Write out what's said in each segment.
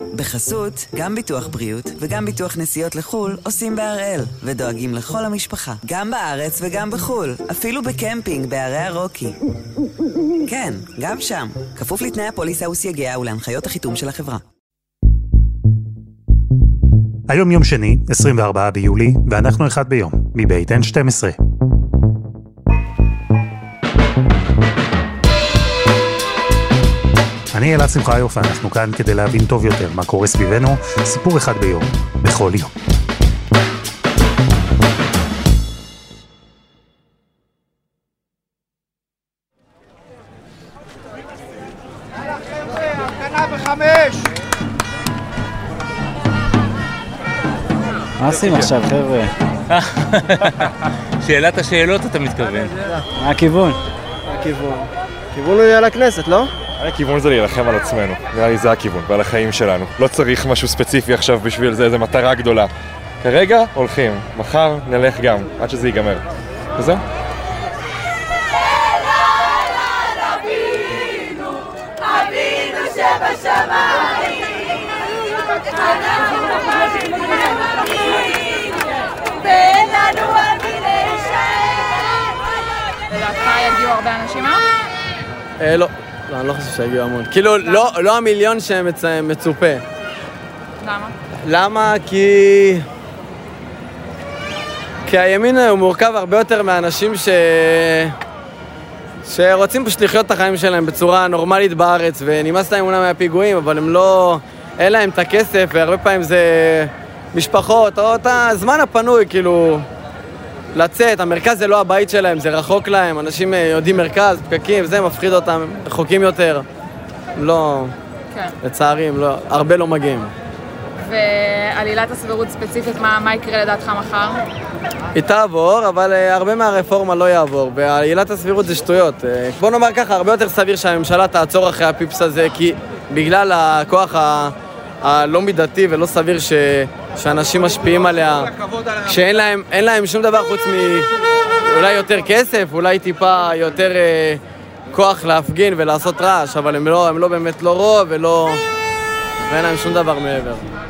בחסות, גם ביטוח בריאות וגם ביטוח נסיעות לחול עושים בהראל, ודואגים לכל המשפחה, גם בארץ וגם בחול, אפילו בקמפינג בערי הרוקי. כן, גם שם, כפוף לתנאי הפוליסה וסייגיה ולהנחיות החיתום של החברה. היום יום שני, 24 ביולי, ואנחנו אחד ביום, מבית N12. אני אלעד שמחיוף, אנחנו כאן כדי להבין טוב יותר מה קורה סביבנו, סיפור אחד ביום, בכל יום. מה עושים עכשיו, חבר'ה? שאלת השאלות אתה מתכוון. מה הכיוון? הכיוון הוא יהיה לכנסת, לא? הכיוון זה להילחם על עצמנו, נראה לי זה הכיוון, ועל החיים שלנו. לא צריך משהו ספציפי עכשיו בשביל זה, איזו מטרה גדולה. כרגע הולכים, מחר נלך גם, עד שזה ייגמר. וזהו? אבינו שבשמיים, ואין לנו אבי להישאר. לדעתך יגיעו הרבה אנשים? לא, אני לא חושב שיגיעו המון. כאילו, לא המיליון שמצופה. למה? למה? כי הימין הוא מורכב הרבה יותר מאנשים שרוצים פשוט לחיות את החיים שלהם בצורה נורמלית בארץ, ונמאס להם אולי מהפיגועים, אבל הם לא... אין להם את הכסף, והרבה פעמים זה משפחות, או את הזמן הפנוי, כאילו... לצאת, המרכז זה לא הבית שלהם, זה רחוק להם, אנשים יודעים מרכז, פקקים, זה מפחיד אותם, רחוקים יותר. לא... כן. לצערי, לא, הרבה לא מגיעים. ועלילת הסבירות ספציפית, מה יקרה לדעתך מחר? היא תעבור, אבל הרבה מהרפורמה לא יעבור, ועלילת הסבירות זה שטויות. בוא נאמר ככה, הרבה יותר סביר שהממשלה תעצור אחרי הפיפס הזה, כי בגלל הכוח הלא מידתי ולא סביר שאנשים משפיעים עליה, שאין להם שום דבר חוץ אולי יותר כסף, אולי טיפה יותר כוח להפגין ולעשות רעש, אבל הם לא באמת לא רוב ואין להם שום דבר מעבר.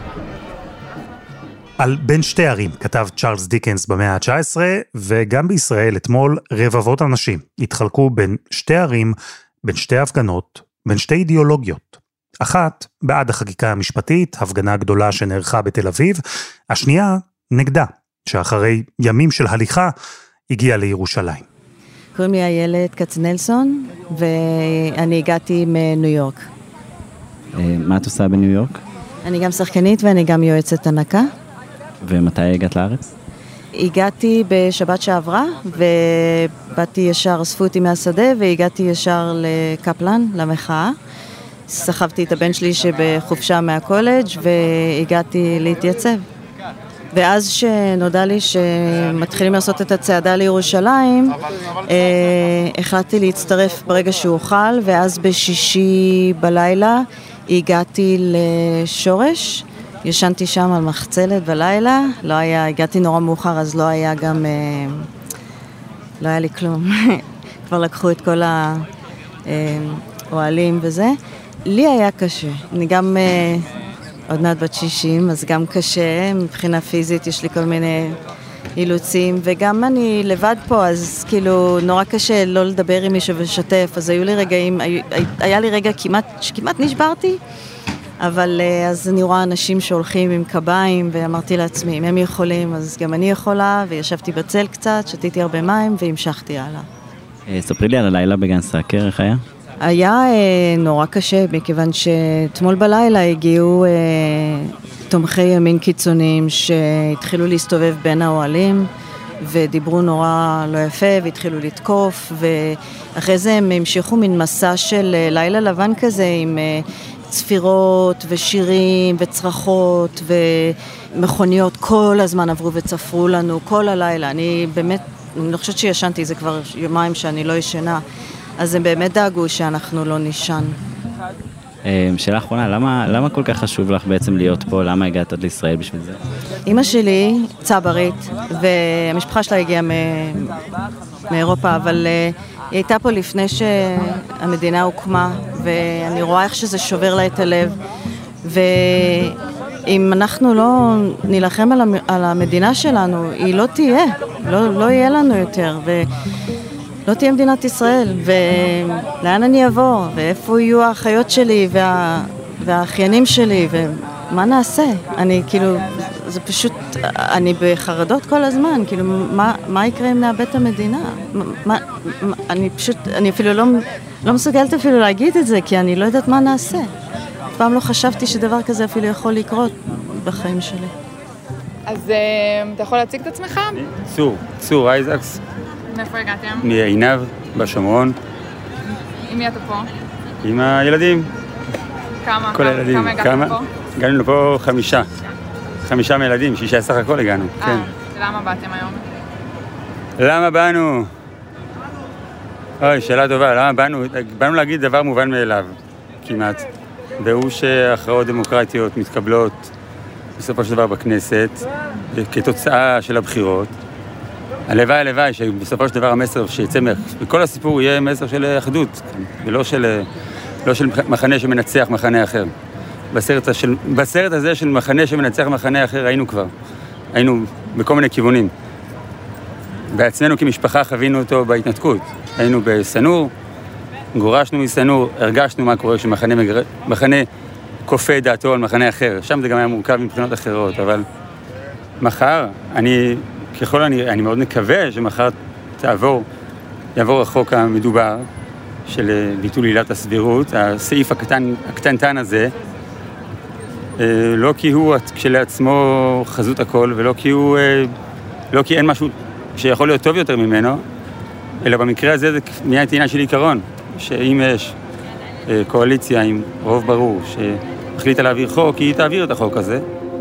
על בין שתי ערים כתב צ'ארלס דיקנס במאה ה-19, וגם בישראל אתמול רבבות אנשים התחלקו בין שתי ערים, בין שתי הפגנות, בין שתי אידיאולוגיות. אחת בעד החקיקה המשפטית, הפגנה גדולה שנערכה בתל אביב, השנייה נגדה, שאחרי ימים של הליכה הגיעה לירושלים. קוראים לי איילת כצנלסון, ואני הגעתי מניו יורק. מה את עושה בניו יורק? אני גם שחקנית ואני גם יועצת הנקה. ומתי הגעת לארץ? הגעתי בשבת שעברה, ובאתי ישר, אספו אותי מהשדה, והגעתי ישר לקפלן, למחאה. סחבתי את הבן שלי שבחופשה מהקולג' והגעתי להתייצב. ואז שנודע לי שמתחילים לעשות את הצעדה לירושלים, החלטתי להצטרף ברגע שהוא אוכל, ואז בשישי בלילה הגעתי לשורש, ישנתי שם על מחצלת בלילה, הגעתי נורא מאוחר, אז לא היה לי כלום. כבר לקחו את כל האוהלים וזה. לי היה קשה, אני גם עוד מעט בת 60, אז גם קשה, מבחינה פיזית יש לי כל מיני אילוצים, וגם אני לבד פה, אז כאילו נורא קשה לא לדבר עם מישהו ושתף, אז היו לי רגעים, היה לי רגע שכמעט נשברתי, אבל אז אני רואה אנשים שהולכים עם קביים, ואמרתי לעצמי, אם הם יכולים, אז גם אני יכולה, וישבתי בצל קצת, שתיתי הרבה מים, והמשכתי הלאה. ספרי לי על הלילה בגן סאקר, איך היה? היה נורא קשה, מכיוון שתמול בלילה הגיעו תומכי ימין קיצוניים שהתחילו להסתובב בין האוהלים, ודיברו נורא לא יפה, והתחילו לתקוף, ואחרי זה הם המשיכו מן מסע של לילה לבן כזה, עם צפירות ושירים וצרחות ומכוניות, כל הזמן עברו וצפרו לנו, כל הלילה. אני לא חושבת שישנתי, זה כבר יומיים שאני לא ישנה, אז הם באמת דאגו שאנחנו לא נישן. שאלה אחרונה, למה כל כך חשוב לך בעצם להיות פה? למה הגעת עד לישראל בשביל זה? אמא שלי צברית, והמשפחה שלה הגיעה מאירופה, אבל היא הייתה פה לפני שהמדינה הוקמה, ואני רואה איך שזה שובר לה את הלב, ואם אנחנו לא נלחם על המדינה שלנו, היא לא תהיה, לא יהיה לנו יותר, ולא תהיה מדינת ישראל, ולאן אני אבוא, ואיפה יהיו האחיות שלי והאחיינים שלי, ומה נעשה? אני כאילו, זה פשוט, אני בחרדות כל הזמן, כאילו, מה יקרה אם נאבד את המדינה? אני אפילו לא מסוגלת אפילו להגיד את זה, כי אני לא יודעת מה נעשה. פעם לא חשבתי שדבר כזה אפילו יכול לקרות בחיים שלי. אז אתה יכול להציג את עצמך? צור אייזקס. מאיפה הגעתם? מעינב, בשומרון. עם מי אתה פה? עם הילדים. כמה? כל הילדים. כמה הגעתם פה? הגענו לפה 5 מילדים, 6 סך הכל הגענו. כן. למה באתם היום? למה באנו? אוי, שאלה טובה, למה באנו? באנו להגיד דבר מובן מאליו, כמעט. והוא שהכרעות דמוקרטיות מתקבלות בסופו של דבר בכנסת, כתוצאה של הבחירות. הלוואי שבסופו של דבר המסר שיצא בכל הסיפור יהיה מסר של אחדות, ולא של מחנה שמנצח מחנה אחר. בסרט הזה של מחנה שמנצח מחנה אחר היינו בכל מיני כיוונים. בעצמנו כמשפחה חווינו אותו בהתנתקות. היינו בסנור, גורשנו מסנור, הרגשנו מה קורה כשמחנה כופה דעתו על מחנה אחר. שם זה גם היה מורכב מבחינות אחרות, אבל מחר, אני מאוד מקווה שמחר יעבור החוק המדובר של ביטול עילת הסבירות, הסעיף הקטנטן הזה, לא כי הוא כשלעצמו חזות הכל, ולא כי אין משהו שיכול להיות טוב יותר ממנו, אלא במקרה הזה זה נהיה עניין של עיקרון, שאם יש קואליציה עם רוב ברור שהחליטה להעביר חוק, היא תעביר את החוק הזה.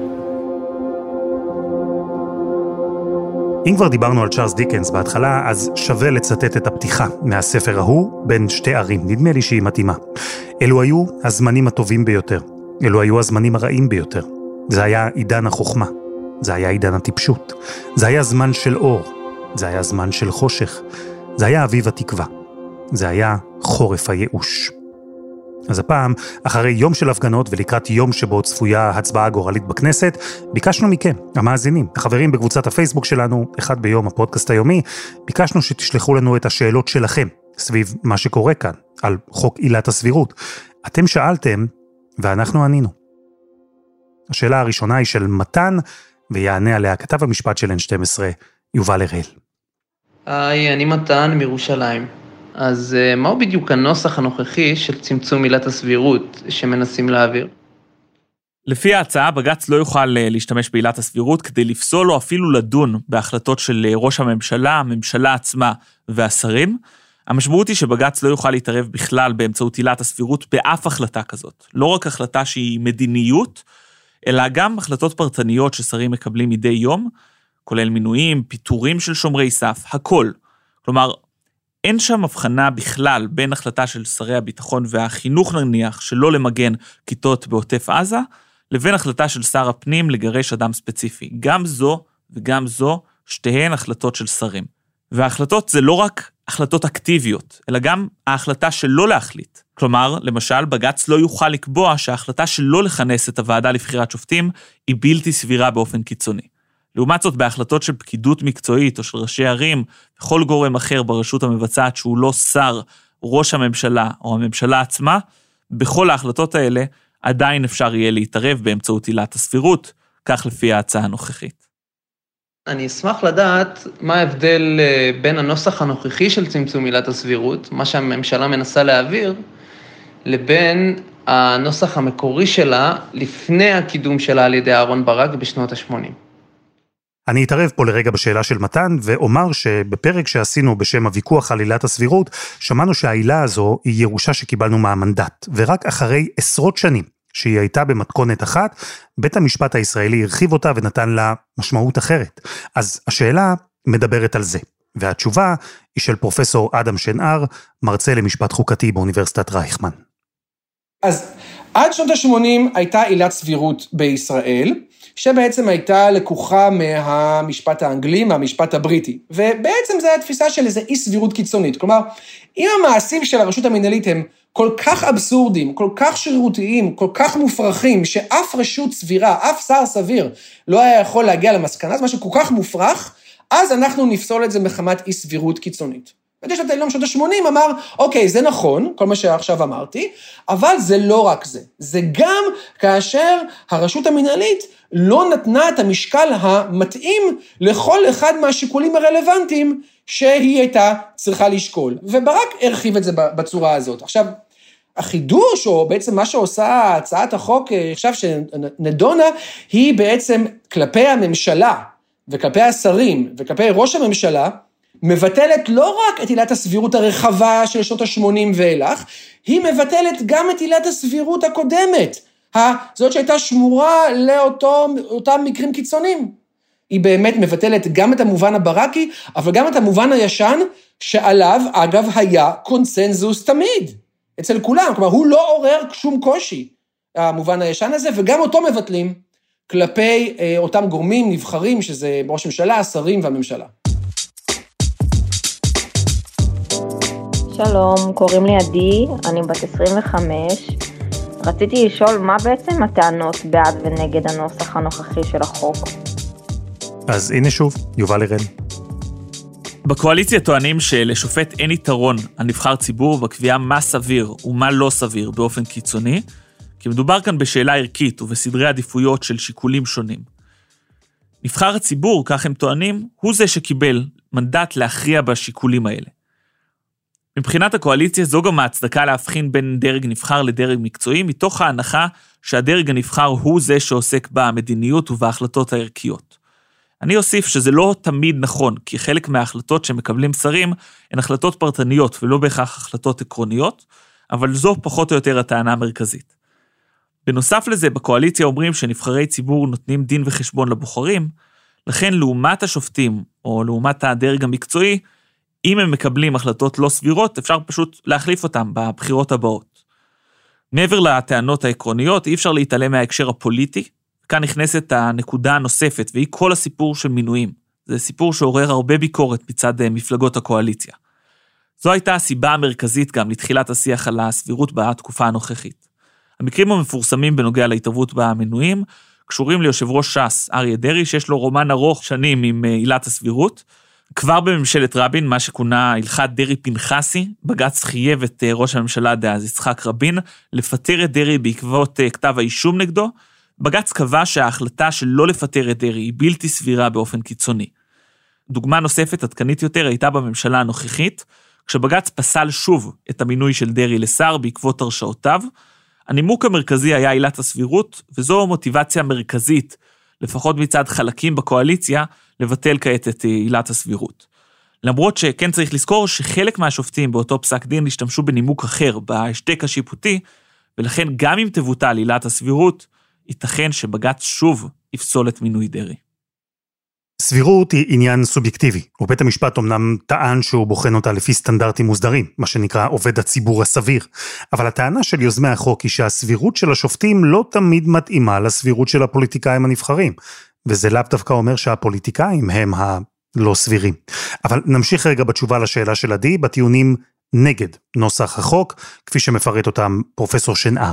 אם כבר דיברנו על צ'ארלס דיקנס בהתחלה, אז שווה לצטט את הפתיחה מהספר ההוא בין 2 ערים. נדמה לי שהיא מתאימה. אלו היו הזמנים הטובים ביותר. אלו היו הזמנים הרעים ביותר. זה היה עידן החוכמה. זה היה עידן הטיפשות. זה היה זמן של אור. זה היה זמן של חושך. זה היה אביב התקווה. זה היה חורף הייאוש. אז הפעם, אחרי יום של הפגנות ולקראת יום שבו צפויה הצבעה גורלית בכנסת, ביקשנו מכם, המאזינים, החברים בקבוצת הפייסבוק שלנו, אחד ביום הפודקאסט היומי, ביקשנו שתשלחו לנו את השאלות שלכם, סביב מה שקורה כאן, על חוק עילת הסבירות. אתם שאלתם, ואנחנו ענינו. השאלה הראשונה היא של מתן, ויענה עליה כתב המשפט של N12, יובל הראל. היי, אני מתן מירושלים. אז מהו בדיוק הנוסח הנוכחי של צמצום עילת הסבירות שמנסים להעביר? לפי ההצעה, בג"ץ לא יוכל להשתמש בעילת הסבירות כדי לפסול או אפילו לדון בהחלטות של ראש הממשלה, הממשלה עצמה והשרים. המשמעות היא שבג"ץ לא יוכל להתערב בכלל באמצעות עילת הסבירות באף החלטה כזאת. לא רק החלטה שהיא מדיניות, אלא גם החלטות פרטניות ששרים מקבלים מדי יום, כולל מינויים, פיטורים של שומרי סף, הכל. כלומר, אין שם הבחנה בכלל בין החלטה של שרי הביטחון והחינוך נניח שלא למגן כיתות בעוטף עזה, לבין החלטה של שר הפנים לגרש אדם ספציפי. גם זו וגם זו, שתיהן החלטות של שרים. וההחלטות זה לא רק החלטות אקטיביות, אלא גם ההחלטה שלא להחליט. כלומר, למשל, בג"ץ לא יוכל לקבוע שההחלטה שלא לכנס את הוועדה לבחירת שופטים היא בלתי סבירה באופן קיצוני. לעומת זאת, בהחלטות של פקידות מקצועית או של ראשי ערים, וכל גורם אחר ברשות המבצעת שהוא לא שר, ראש הממשלה או הממשלה עצמה, בכל ההחלטות האלה עדיין אפשר יהיה להתערב באמצעות עילת הסבירות, כך לפי ההצעה הנוכחית. אני אשמח לדעת מה ההבדל בין הנוסח הנוכחי של צמצום עילת הסבירות, מה שהממשלה מנסה להעביר, לבין הנוסח המקורי שלה לפני הקידום שלה על ידי אהרון ברק בשנות ה-80. אני אתערב פה לרגע בשאלה של מתן, ואומר שבפרק שעשינו בשם הוויכוח על עילת הסבירות, שמענו שהעילה הזו היא ירושה שקיבלנו מהמנדט, ורק אחרי עשרות שנים שהיא הייתה במתכונת אחת, בית המשפט הישראלי הרחיב אותה ונתן לה משמעות אחרת. אז השאלה מדברת על זה, והתשובה היא של פרופסור אדם שנער, מרצה למשפט חוקתי באוניברסיטת רייכמן. אז עד שנות ה-80 הייתה עילת סבירות בישראל, שבעצם הייתה לקוחה מהמשפט האנגלי, מהמשפט הבריטי. ובעצם זו התפיסה של איזו אי סבירות קיצונית. כלומר, אם המעשים של הרשות המנהלית הם כל כך אבסורדים, כל כך שרירותיים, כל כך מופרכים, שאף רשות סבירה, אף שר סביר, לא היה יכול להגיע למסקנה, זה משהו כל כך מופרך, אז אנחנו נפסול את זה מחמת אי סבירות קיצונית. בית המשפט העליון בשנות ה-80 אמר, אוקיי, זה נכון, כל מה שעכשיו אמרתי, אבל זה לא רק זה. זה גם כאשר הרשות המנהלית לא נתנה את המשקל המתאים לכל אחד מהשיקולים הרלוונטיים שהיא הייתה צריכה לשקול. וברק הרחיב את זה בצורה הזאת. עכשיו, החידוש, או בעצם מה שעושה הצעת החוק עכשיו שנדונה, היא בעצם כלפי הממשלה, וכלפי השרים, וכלפי ראש הממשלה, מבטלת לא רק את עילת הסבירות הרחבה של שנות ה-80 ואילך, היא מבטלת גם את עילת הסבירות הקודמת, זאת שהייתה שמורה לאותם מקרים קיצוניים. היא באמת מבטלת גם את המובן הברקי, אבל גם את המובן הישן, שעליו אגב היה קונסנזוס תמיד, אצל כולם, כלומר הוא לא עורר שום קושי, המובן הישן הזה, וגם אותו מבטלים כלפי אותם גורמים נבחרים, שזה ראש ממשלה, השרים והממשלה. שלום, קוראים לי עדי, אני בת 25. רציתי לשאול מה בעצם הטענות בעד ונגד הנוסח הנוכחי של החוק. אז הנה שוב, יובל אראל. בקואליציה טוענים שלשופט אין יתרון על נבחר ציבור בקביעה מה סביר ומה לא סביר באופן קיצוני, כי מדובר כאן בשאלה ערכית ובסדרי עדיפויות של שיקולים שונים. נבחר הציבור, כך הם טוענים, הוא זה שקיבל מנדט להכריע בשיקולים האלה. מבחינת הקואליציה זו גם ההצדקה להבחין בין דרג נבחר לדרג מקצועי, מתוך ההנחה שהדרג הנבחר הוא זה שעוסק במדיניות ובהחלטות הערכיות. אני אוסיף שזה לא תמיד נכון, כי חלק מההחלטות שמקבלים שרים הן החלטות פרטניות ולא בהכרח החלטות עקרוניות, אבל זו פחות או יותר הטענה המרכזית. בנוסף לזה, בקואליציה אומרים שנבחרי ציבור נותנים דין וחשבון לבוחרים, לכן לעומת השופטים או לעומת הדרג המקצועי, אם הם מקבלים החלטות לא סבירות, אפשר פשוט להחליף אותם בבחירות הבאות. מעבר לטענות העקרוניות, אי אפשר להתעלם מההקשר הפוליטי, כאן נכנסת הנקודה הנוספת, והיא כל הסיפור של מינויים. זה סיפור שעורר הרבה ביקורת מצד מפלגות הקואליציה. זו הייתה הסיבה המרכזית גם לתחילת השיח על הסבירות בתקופה הנוכחית. המקרים המפורסמים בנוגע להתערבות במינויים, קשורים ליושב ראש ש"ס, אריה דרעי, שיש לו רומן ארוך שנים עם עילת הסבירות, כבר בממשלת רבין, מה שכונה הלכת דרעי פנחסי, בג"ץ חייב את ראש הממשלה דאז יצחק רבין, לפטר את דרעי בעקבות כתב האישום נגדו, בג"ץ קבע שההחלטה שלא לפטר את דרעי היא בלתי סבירה באופן קיצוני. דוגמה נוספת עדכנית יותר הייתה בממשלה הנוכחית, כשבג"ץ פסל שוב את המינוי של דרעי לשר בעקבות הרשעותיו, הנימוק המרכזי היה עילת הסבירות, וזו מוטיבציה מרכזית, לפחות מצד חלקים בקואליציה, לבטל כעת את עילת הסבירות. למרות שכן צריך לזכור שחלק מהשופטים באותו פסק דין השתמשו בנימוק אחר, בהשתק השיפוטי, ולכן גם אם תבוטל עילת הסבירות, ייתכן שבג"ץ שוב יפסול את מינוי דרעי. סבירות היא עניין סובייקטיבי, ובית המשפט אמנם טען שהוא בוחן אותה לפי סטנדרטים מוסדרים, מה שנקרא עובד הציבור הסביר, אבל הטענה של יוזמי החוק היא שהסבירות של השופטים לא תמיד מתאימה לסבירות של הפוליטיקאים הנבחרים, וזה לאו דווקא אומר שהפוליטיקאים הם הלא סבירים. אבל נמשיך רגע בתשובה לשאלה של עדי, בטיעונים נגד נוסח החוק, כפי שמפרט אותם פרופסור שנער.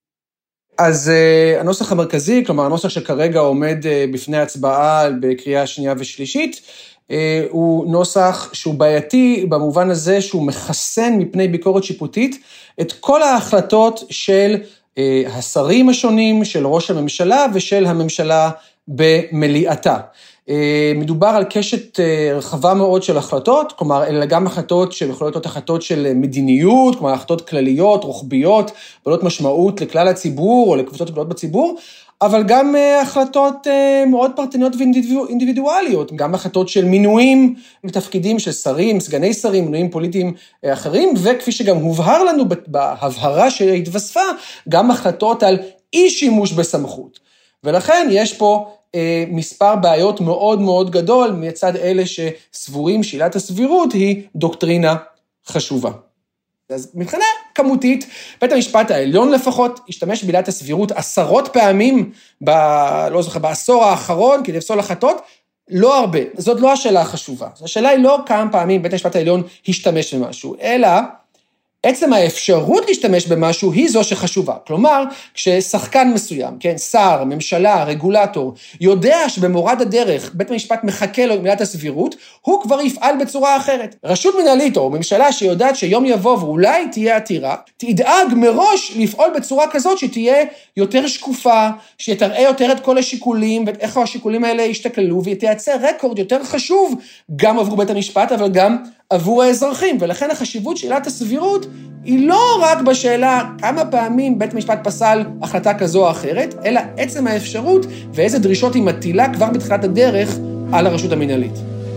אז הנוסח המרכזי, כלומר הנוסח שכרגע עומד בפני הצבעה בקריאה שנייה ושלישית, הוא נוסח שהוא בעייתי במובן הזה שהוא מחסן מפני ביקורת שיפוטית את כל ההחלטות של השרים השונים, של ראש הממשלה ושל הממשלה במליאתה. מדובר על קשת רחבה מאוד של החלטות, כלומר, אלה גם החלטות שיכולות להיות החלטות של מדיניות, כלומר, החלטות כלליות, רוחביות, בעלות משמעות לכלל הציבור או לקבוצות גדולות בציבור, אבל גם החלטות מאוד פרטניות ואינדיבידואליות, גם החלטות של מינויים לתפקידים של שרים, סגני שרים, מינויים פוליטיים אחרים, וכפי שגם הובהר לנו בהבהרה שהתווספה, גם החלטות על אי שימוש בסמכות. ולכן יש פה מספר בעיות מאוד מאוד גדול מצד אלה שסבורים שעילת הסבירות היא דוקטרינה חשובה. אז מבחינה כמותית, בית המשפט העליון לפחות השתמש בעילת הסבירות 10 פעמים, לא זוכר, בעשור האחרון, כדי לפסול החלטות, לא הרבה. זאת לא השאלה החשובה. השאלה היא לא כמה פעמים בית המשפט העליון השתמש במשהו, אלא עצם האפשרות להשתמש במשהו היא זו שחשובה. כלומר, כששחקן מסוים, כן, שר, ממשלה, רגולטור, יודע שבמורד הדרך בית המשפט מחכה לו עם עילת הסבירות, הוא כבר יפעל בצורה אחרת. רשות מנהלית או ממשלה שיודעת שיום יבוא ואולי תהיה עתירה, תדאג מראש לפעול בצורה כזאת שתהיה יותר שקופה, שתראה יותר את כל השיקולים ואיך השיקולים האלה ישתכללו, ותייצר רקורד יותר חשוב גם עבור בית המשפט, אבל גם עבור האזרחים, ולכן החשיבות של עילת הסבירות היא לא רק בשאלה כמה פעמים בית המשפט פסל החלטה כזו או אחרת, אלא עצם האפשרות ואיזה דרישות היא מטילה כבר בתחילת הדרך על הרשות המנהלית.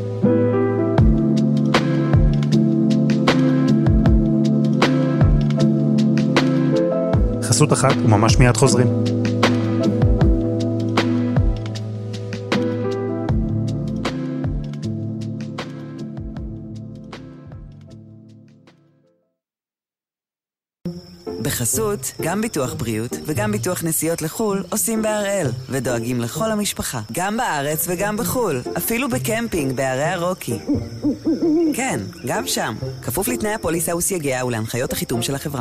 חסות אחת וממש מיד חוזרים. בחסות, גם ביטוח בריאות וגם ביטוח נסיעות לחול עושים בהראל ודואגים לכל המשפחה, גם בארץ וגם בחול, אפילו בקמפינג בערי הרוקי. כן, גם שם, כפוף לתנאי הפוליסה וסייגיה ולהנחיות החיתום של החברה.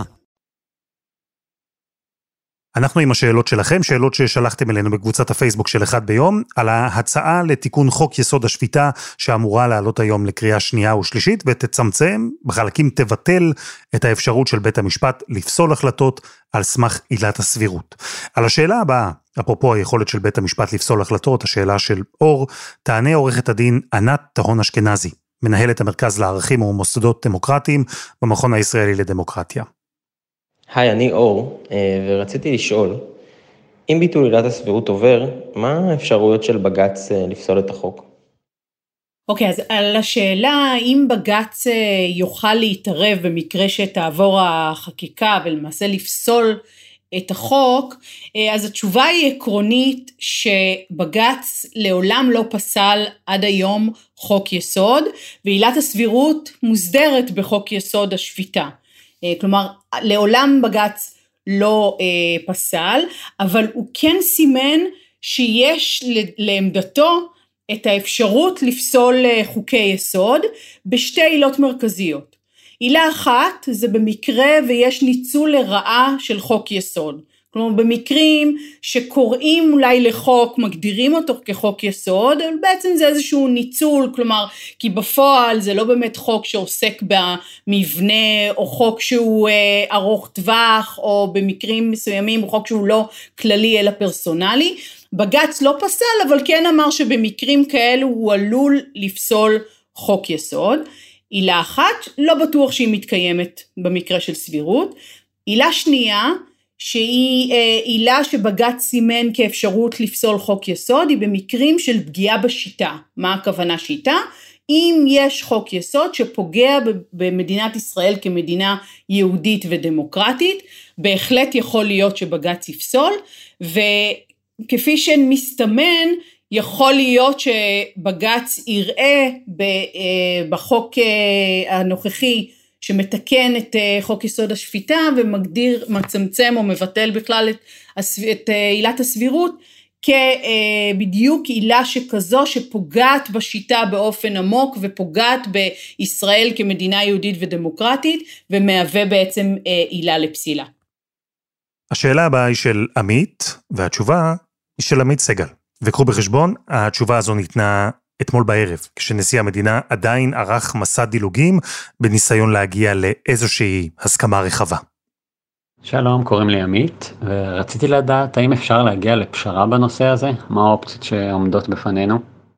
אנחנו עם השאלות שלכם, שאלות ששלחתם אלינו בקבוצת הפייסבוק של אחד ביום, על ההצעה לתיקון חוק יסוד השפיטה, שאמורה לעלות היום לקריאה שנייה ושלישית, ותצמצם, בחלקים תבטל את האפשרות של בית המשפט לפסול החלטות על סמך עילת הסבירות. על השאלה הבאה, אפרופו היכולת של בית המשפט לפסול החלטות, השאלה של אור, תענה עורכת הדין ענת טהון אשכנזי, מנהלת המרכז לערכים ומוסדות דמוקרטיים במכון הישראלי לדמוקרטיה. היי, אני אור, ורציתי לשאול, אם ביטול עילת הסבירות עובר, מה האפשרויות של בג"ץ לפסול את החוק? אוקיי, אז על השאלה, אם בג"ץ יוכל להתערב במקרה שתעבור החקיקה ולמעשה לפסול את החוק, אז התשובה היא עקרונית שבג"ץ לעולם לא פסל עד היום חוק יסוד, ועילת הסבירות מוסדרת בחוק יסוד השפיטה. כלומר, לעולם בג"ץ לא פסל, אבל הוא כן סימן שיש לעמדתו את האפשרות לפסול חוקי יסוד בשתי עילות מרכזיות. עילה אחת זה במקרה ויש ניצול לרעה של חוק יסוד. כלומר, במקרים שקוראים אולי לחוק, מגדירים אותו כחוק יסוד, אבל בעצם זה איזשהו ניצול, כלומר, כי בפועל זה לא באמת חוק שעוסק במבנה, או חוק שהוא ארוך טווח, או במקרים מסוימים, או חוק שהוא לא כללי אלא פרסונלי. בג"ץ לא פסל, אבל כן אמר שבמקרים כאלו הוא עלול לפסול חוק יסוד. עילה אחת, לא בטוח שהיא מתקיימת במקרה של סבירות. עילה שנייה, שהיא עילה שבג"ץ סימן כאפשרות לפסול חוק יסוד, היא במקרים של פגיעה בשיטה. מה הכוונה שיטה? אם יש חוק יסוד שפוגע במדינת ישראל כמדינה יהודית ודמוקרטית, בהחלט יכול להיות שבג"ץ יפסול, וכפי שמסתמן, יכול להיות שבג"ץ יראה בחוק הנוכחי, שמתקן את חוק יסוד השפיטה ומגדיר, מצמצם או מבטל בכלל את עילת הסבירות, כבדיוק עילה שכזו שפוגעת בשיטה באופן עמוק ופוגעת בישראל כמדינה יהודית ודמוקרטית, ומהווה בעצם עילה לפסילה. השאלה הבאה היא של עמית, והתשובה היא של עמית סגל. וקחו בחשבון, התשובה הזו ניתנה אתמול בערב, כשנשיא המדינה עדיין ערך מסע דילוגים, בניסיון להגיע לאיזושהי הסכמה רחבה. שלום, קוראים לי עמית, ורציתי לדעת האם אפשר להגיע לפשרה בנושא הזה? מה האופציות שעומדות בפנינו?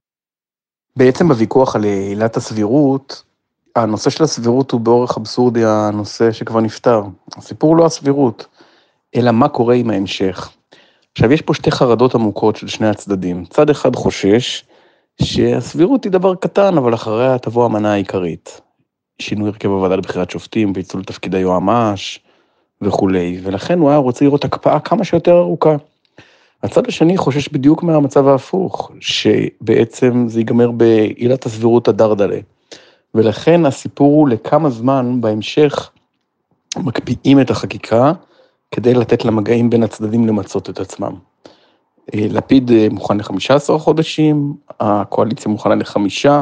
בעצם בוויכוח על עילת הסבירות, הנושא של הסבירות הוא באורך אבסורדי הנושא שכבר נפטר. הסיפור הוא לא הסבירות, אלא מה קורה עם ההמשך. עכשיו, יש פה שתי חרדות עמוקות של שני הצדדים. צד אחד חושש שהסבירות היא דבר קטן, אבל אחריה תבוא המנה העיקרית. שינוי הרכב הוועדה לבחירת שופטים, פיצול תפקיד היועמ"ש וכו'. ולכן הוא היה רוצה לראות הקפאה כמה שיותר ארוכה. הצד השני חושש בדיוק מהמצב ההפוך, שבעצם זה ייגמר בעילת הסבירות הדרדלה. ולכן הסיפור הוא לכמה זמן בהמשך מקפיאים את החקיקה כדי לתת למגעים בין הצדדים למצות את עצמם. לפיד מוכן ל15 חודשים, הקואליציה מוכנה ל5,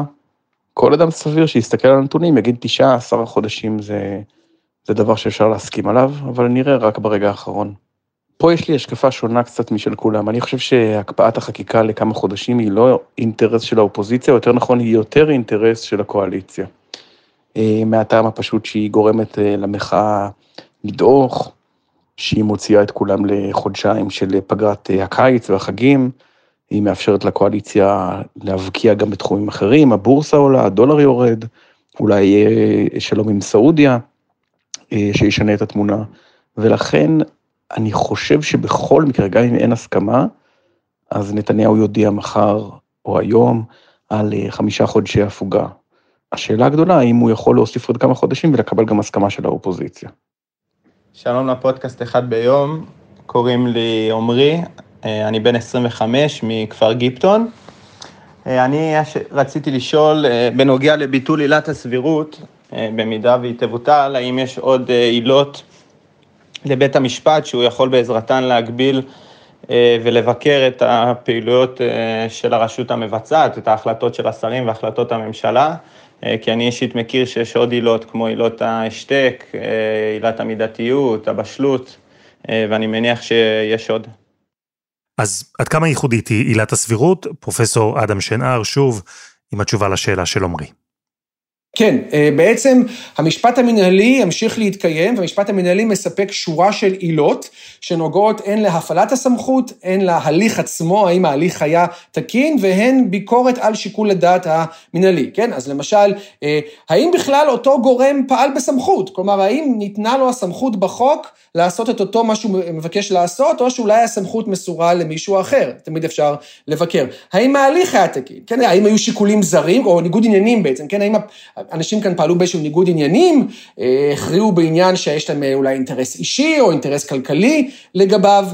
כל אדם סביר שיסתכל על הנתונים יגיד 9-10 חודשים זה דבר שאפשר להסכים עליו, אבל נראה רק ברגע האחרון. פה יש לי השקפה שונה קצת משל כולם, אני חושב שהקפאת החקיקה לכמה חודשים היא לא אינטרס של האופוזיציה, או יותר נכון היא יותר אינטרס של הקואליציה. מהטעם הפשוט שהיא גורמת למחאה לדעוך, שהיא מוציאה את כולם לחודשיים של פגרת הקיץ והחגים, היא מאפשרת לקואליציה להבקיע גם בתחומים אחרים, הבורסה עולה, הדולר יורד, אולי יהיה שלום עם סעודיה, שישנה את התמונה, ולכן אני חושב שבכל מקרה, גם אם אין הסכמה, אז נתניהו יודיע מחר או היום על 5 חודשי הפוגה. השאלה הגדולה, האם הוא יכול להוסיף עוד כמה חודשים ולקבל גם הסכמה של האופוזיציה. שלום לפודקאסט אחד ביום, קוראים לי עומרי, אני בן 25 מכפר גיפטון. אני רציתי לשאול בנוגע לביטול עילת הסבירות, במידה והיא תבוטל, האם יש עוד עילות לבית המשפט שהוא יכול בעזרתן להגביל ולבקר את הפעילויות של הרשות המבצעת, את ההחלטות של השרים והחלטות הממשלה, כי אני אישית מכיר שיש עוד עילות כמו עילות ההשתק, עילת המידתיות, הבשלות, ואני מניח שיש עוד. אז עד כמה ייחודית היא עילת הסבירות? פרופסור אדם שנער שוב עם התשובה לשאלה של עומרי. כן, בעצם המשפט המנהלי ימשיך להתקיים, והמשפט המנהלי מספק שורה של עילות שנוגעות הן להפעלת הסמכות, הן להליך עצמו, האם ההליך היה תקין, והן ביקורת על שיקול הדעת המנהלי, כן? אז למשל, האם בכלל אותו גורם פעל בסמכות? כלומר, האם ניתנה לו הסמכות בחוק לעשות את אותו מה שהוא מבקש לעשות, או שאולי הסמכות מסורה למישהו אחר, תמיד אפשר לבקר. האם ההליך היה תקין? כן, האם היו שיקולים זרים, או ניגוד עניינים בעצם, כן? האם אנשים כאן פעלו באיזשהו ניגוד עניינים, הכריעו בעניין שיש להם אולי אינטרס אישי, או אינטרס כלכלי לגביו,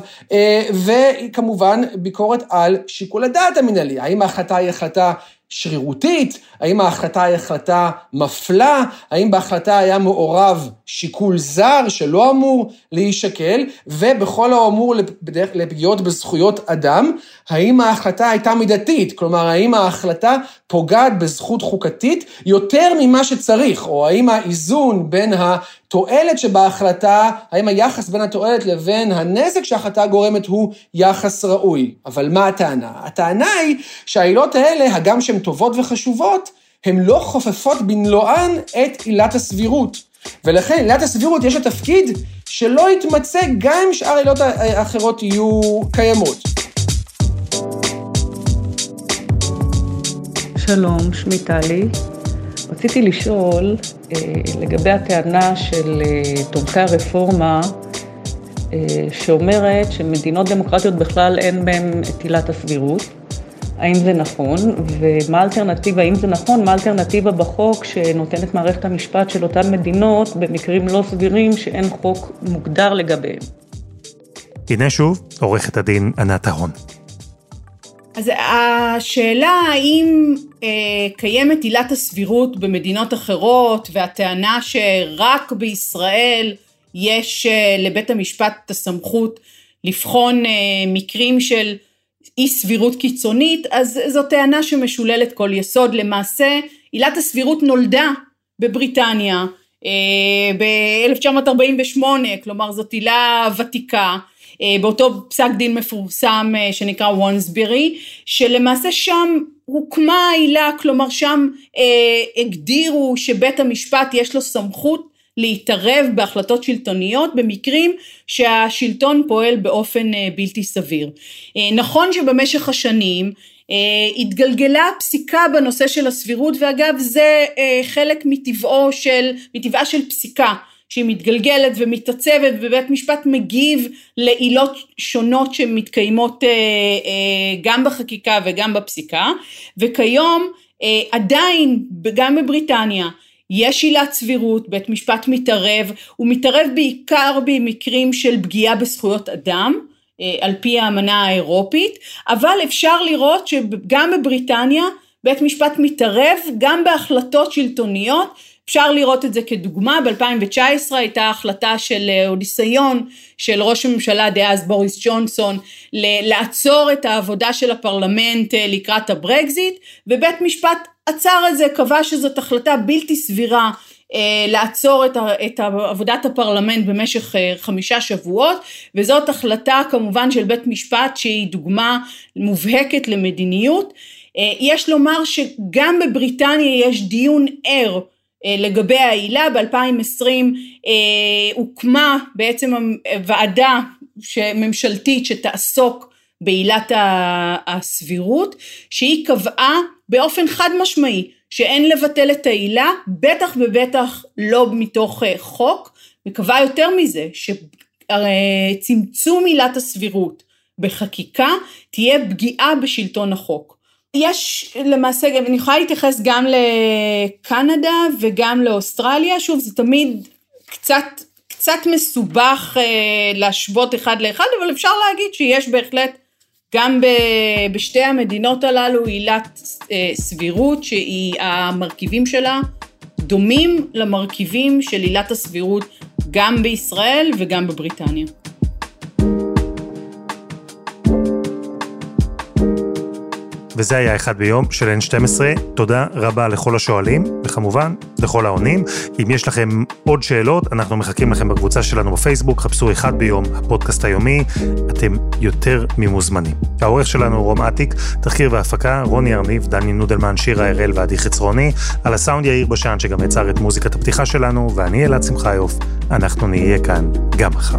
וכמובן ביקורת על שיקול הדעת המנהלי. האם ההחלטה היא החלטה שרירותית, האם ההחלטה היא החלטה מפלה, האם בהחלטה היה מעורב שיקול זר שלא אמור להישקל, ובכל האמור לפגיעות בזכויות אדם, האם ההחלטה הייתה מידתית, כלומר האם ההחלטה פוגעת בזכות חוקתית יותר ממה שצריך, או האם האיזון בין התועלת שבהחלטה, האם היחס בין התועלת לבין הנזק שההחלטה גורמת הוא יחס ראוי. אבל מה הטענה? הטענה היא שהעילות האלה, הגם שהן טובות וחשובות, הן לא חופפות במלואן את עילת הסבירות. ולכן עילת הסבירות יש לה תפקיד שלא יתמצא גם אם שאר העילות האחרות יהיו קיימות. שלום, שמי טלי. רציתי לשאול לגבי הטענה של תומכי הרפורמה, שאומרת שמדינות דמוקרטיות בכלל אין בהן את עילת הסבירות. האם זה נכון? ומה האלטרנטיבה, האם זה נכון, מה האלטרנטיבה בחוק שנותנת מערכת המשפט של אותן מדינות במקרים לא סבירים שאין חוק מוגדר לגביהם? הנה שוב, עורכת הדין ענת ההון. אז השאלה האם קיימת עילת הסבירות במדינות אחרות, והטענה שרק בישראל יש לבית המשפט את הסמכות לבחון מקרים של אי סבירות קיצונית, אז זו טענה שמשוללת כל יסוד. למעשה, עילת הסבירות נולדה בבריטניה ב-1948, כלומר זאת עילה ותיקה, באותו פסק דין מפורסם שנקרא וונסברי, שלמעשה שם הוקמה העילה, כלומר שם הגדירו שבית המשפט יש לו סמכות להתערב בהחלטות שלטוניות במקרים שהשלטון פועל באופן בלתי סביר. נכון שבמשך השנים התגלגלה פסיקה בנושא של הסבירות, ואגב זה חלק מטבעה של פסיקה, שהיא מתגלגלת ומתעצבת, ובית משפט מגיב לעילות שונות שמתקיימות גם בחקיקה וגם בפסיקה, וכיום עדיין גם בבריטניה יש עילת סבירות, בית משפט מתערב, הוא מתערב בעיקר במקרים של פגיעה בזכויות אדם, על פי האמנה האירופית, אבל אפשר לראות שגם בבריטניה בית משפט מתערב גם בהחלטות שלטוניות, אפשר לראות את זה כדוגמה, ב-2019 הייתה החלטה או ניסיון של ראש הממשלה דאז בוריס ג'ונסון, לעצור את העבודה של הפרלמנט לקראת הברקזיט, ובית משפט עצר את זה, קבע שזאת החלטה בלתי סבירה, לעצור את עבודת הפרלמנט במשך 5 שבועות, וזאת החלטה כמובן של בית משפט שהיא דוגמה מובהקת למדיניות. יש לומר שגם בבריטניה יש דיון ער לגבי העילה, ב-2020 הוקמה בעצם ועדה ממשלתית שתעסוק בעילת הסבירות, שהיא קבעה באופן חד משמעי שאין לבטל את העילה, בטח ובטח לא מתוך חוק, וקבע יותר מזה, שצמצום עילת הסבירות בחקיקה תהיה פגיעה בשלטון החוק. יש למעשה, אני יכולה להתייחס גם לקנדה וגם לאוסטרליה, שוב זה תמיד קצת מסובך להשוות אחד לאחד, אבל אפשר להגיד שיש בהחלט גם בשתי המדינות הללו עילת סבירות שהמרכיבים שלה דומים למרכיבים של עילת הסבירות גם בישראל וגם בבריטניה. וזה היה אחד ביום של N12. תודה רבה לכל השואלים, וכמובן לכל העונים. אם יש לכם עוד שאלות, אנחנו מחכים לכם בקבוצה שלנו בפייסבוק, חפשו אחד ביום, הפודקאסט היומי, אתם יותר ממוזמנים. העורך שלנו רום עתיק, תחקיר והפקה, רוני ארניב, דני נודלמן, שירה הראל ועדי חצרוני, על הסאונד יאיר בשן שגם יצר את מוזיקת הפתיחה שלנו, ואני אלעד שמחיוף, אנחנו נהיה כאן גם מחר.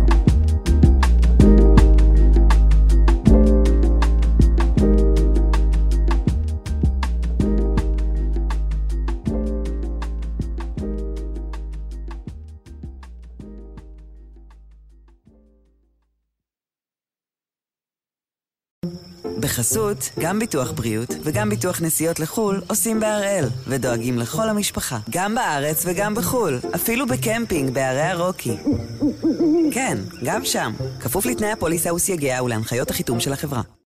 בחסות, גם ביטוח בריאות וגם ביטוח נסיעות לחול עושים בהראל ודואגים לכל המשפחה, גם בארץ וגם בחול, אפילו בקמפינג בערי הרוקי. כן, גם שם, כפוף לתנאי הפוליסה וסייגיה ולהנחיות החיתום של החברה.